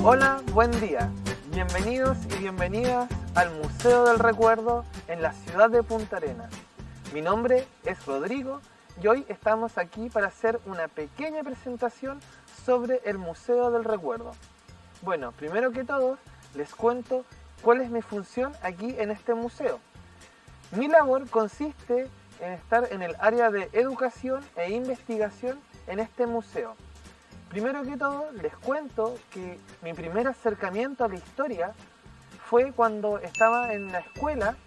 Hola, buen día. Bienvenidos y bienvenidas al Museo del Recuerdo en la ciudad de Punta Arenas. Mi nombre es Rodrigo y hoy estamos aquí para hacer una pequeña presentación sobre el Museo del Recuerdo. Bueno, primero que todo, les cuento cuál es mi función aquí en este museo. Mi labor consiste en estar en el área de educación e investigación en este museo. Primero que todo, les cuento que mi primer acercamiento a la historia fue cuando estaba en la escuela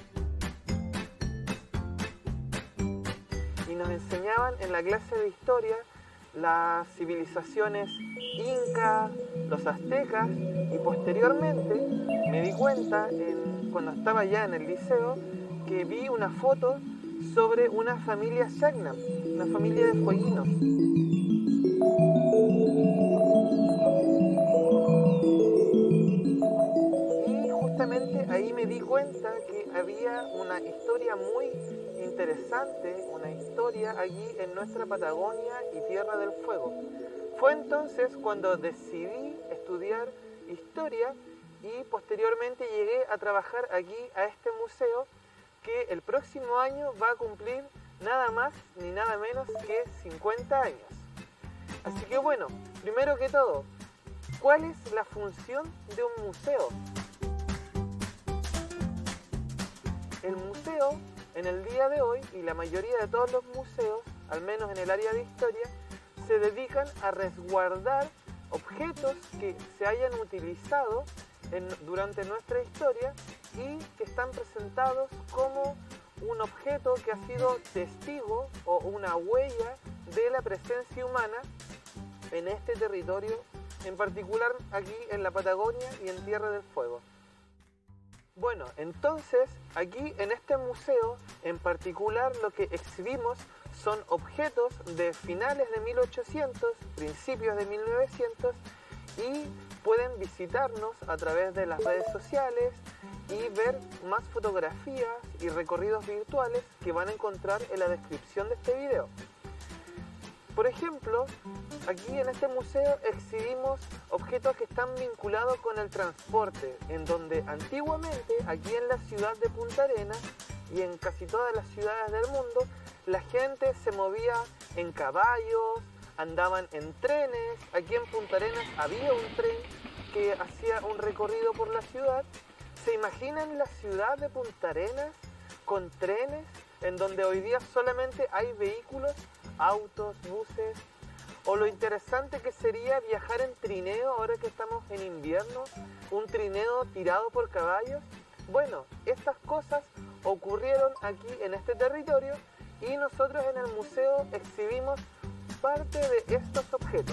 y nos enseñaban en la clase de historia las civilizaciones incas, los aztecas, y posteriormente me di cuenta cuando estaba ya en el liceo que vi una foto sobre una familia Sacna, una familia de fueguinos. Y justamente ahí me di cuenta que había una historia muy interesante, una historia allí en nuestra Patagonia y Tierra del Fuego. Fue entonces cuando decidí estudiar historia y posteriormente llegué a trabajar aquí a este museo que el próximo año va a cumplir nada más ni nada menos que 50 años. Así que bueno, primero que todo, ¿cuál es la función de un museo? El museo, en el día de hoy, y la mayoría de todos los museos, al menos en el área de historia, se dedican a resguardar objetos que se hayan utilizado durante nuestra historia y que están presentados como un objeto que ha sido testigo o una huella de la presencia humana en este territorio, en particular aquí en la Patagonia y en Tierra del Fuego. Bueno, entonces aquí en este museo en particular lo que exhibimos son objetos de finales de 1800, principios de 1900, y pueden visitarnos a través de las redes sociales y ver más fotografías y recorridos virtuales que van a encontrar en la descripción de este video. Por ejemplo, aquí en este museo exhibimos objetos que están vinculados con el transporte, en donde antiguamente aquí en la ciudad de Punta Arenas y en casi todas las ciudades del mundo, la gente se movía en caballos, andaban en trenes. Aquí en Punta Arenas había un tren que hacía un recorrido por la ciudad. ¿Se imaginan la ciudad de Punta Arenas con trenes en donde hoy día solamente hay vehículos, autos, buses? O lo interesante que sería viajar en trineo ahora que estamos en invierno, un trineo tirado por caballos. Bueno, estas cosas ocurrieron aquí en este territorio y nosotros en el museo exhibimos parte de estos objetos.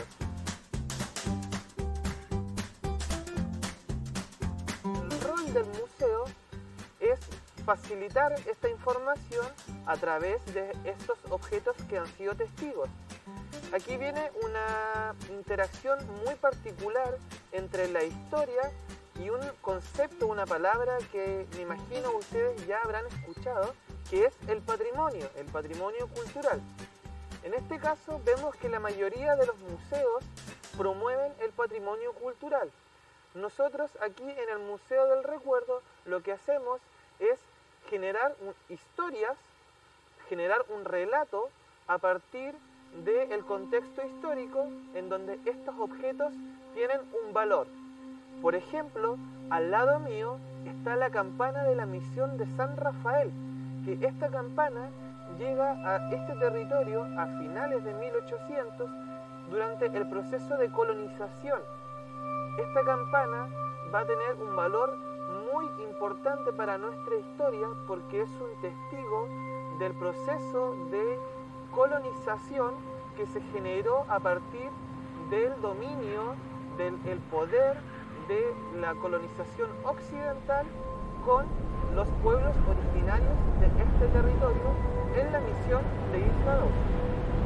El rol del museo es facilitar esta información a través de estos objetos que han sido testigos. Aquí viene una interacción muy particular entre la historia y un concepto, una palabra que me imagino ustedes ya habrán escuchado, que es el patrimonio cultural. En este caso vemos que la mayoría de los museos promueven el patrimonio cultural. Nosotros aquí en el Museo del Recuerdo lo que hacemos es generar historias, generar un relato a partir del contexto histórico en donde estos objetos tienen un valor. Por ejemplo, al lado mío está la campana de la misión de San Rafael, que esta campana llega a este territorio a finales de 1800 durante el proceso de colonización. Esta campana va a tener un valor muy importante para nuestra historia porque es un testigo del proceso de colonización que se generó a partir del dominio, del poder de la colonización occidental con los pueblos originarios de este territorio en la misión de Isla Dawson.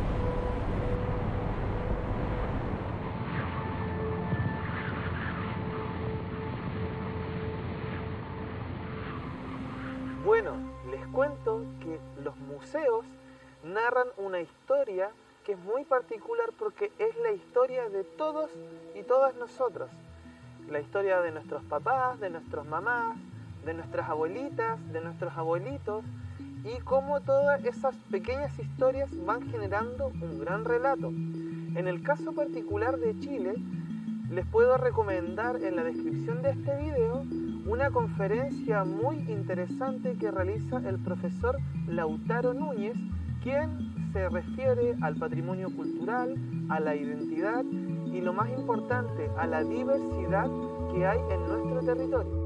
Bueno, les cuento que los museos narran una historia que es muy particular porque es la historia de todos y todas nosotros. la historia de nuestros papás, de nuestras mamás, de nuestras abuelitas, de nuestros abuelitos, y cómo todas esas pequeñas historias van generando un gran relato. En el caso particular de Chile, les puedo recomendar en la descripción de este video una conferencia muy interesante que realiza el profesor Lautaro Núñez, quien se refiere al patrimonio cultural, a la identidad y, lo más importante, a la diversidad que hay en nuestro territorio.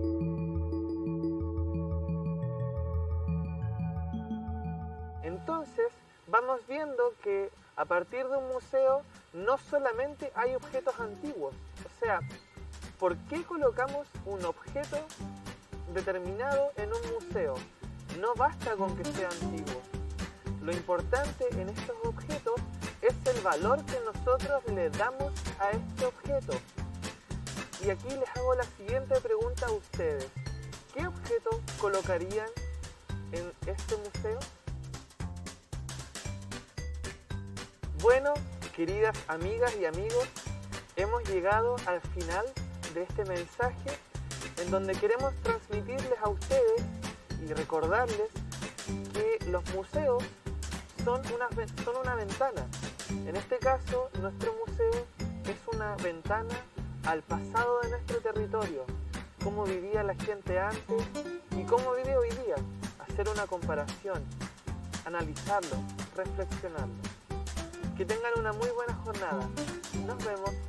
Entonces, vamos viendo que a partir de un museo no solamente hay objetos antiguos, o sea, ¿por qué colocamos un objeto determinado en un museo? No basta con que sea antiguo. Lo importante en estos objetos es el valor que nosotros le damos a este objeto. Y aquí les hago la siguiente pregunta a ustedes. ¿Qué objeto colocarían en este museo? Bueno, queridas amigas y amigos, hemos llegado al final de este mensaje en donde queremos transmitirles a ustedes y recordarles que los museos son una ventana. En este caso, nuestro museo es una ventana al pasado de nuestro territorio, cómo vivía la gente antes y cómo vive hoy día, hacer una comparación, analizarlo, reflexionarlo. Que tengan una muy buena jornada. Nos vemos.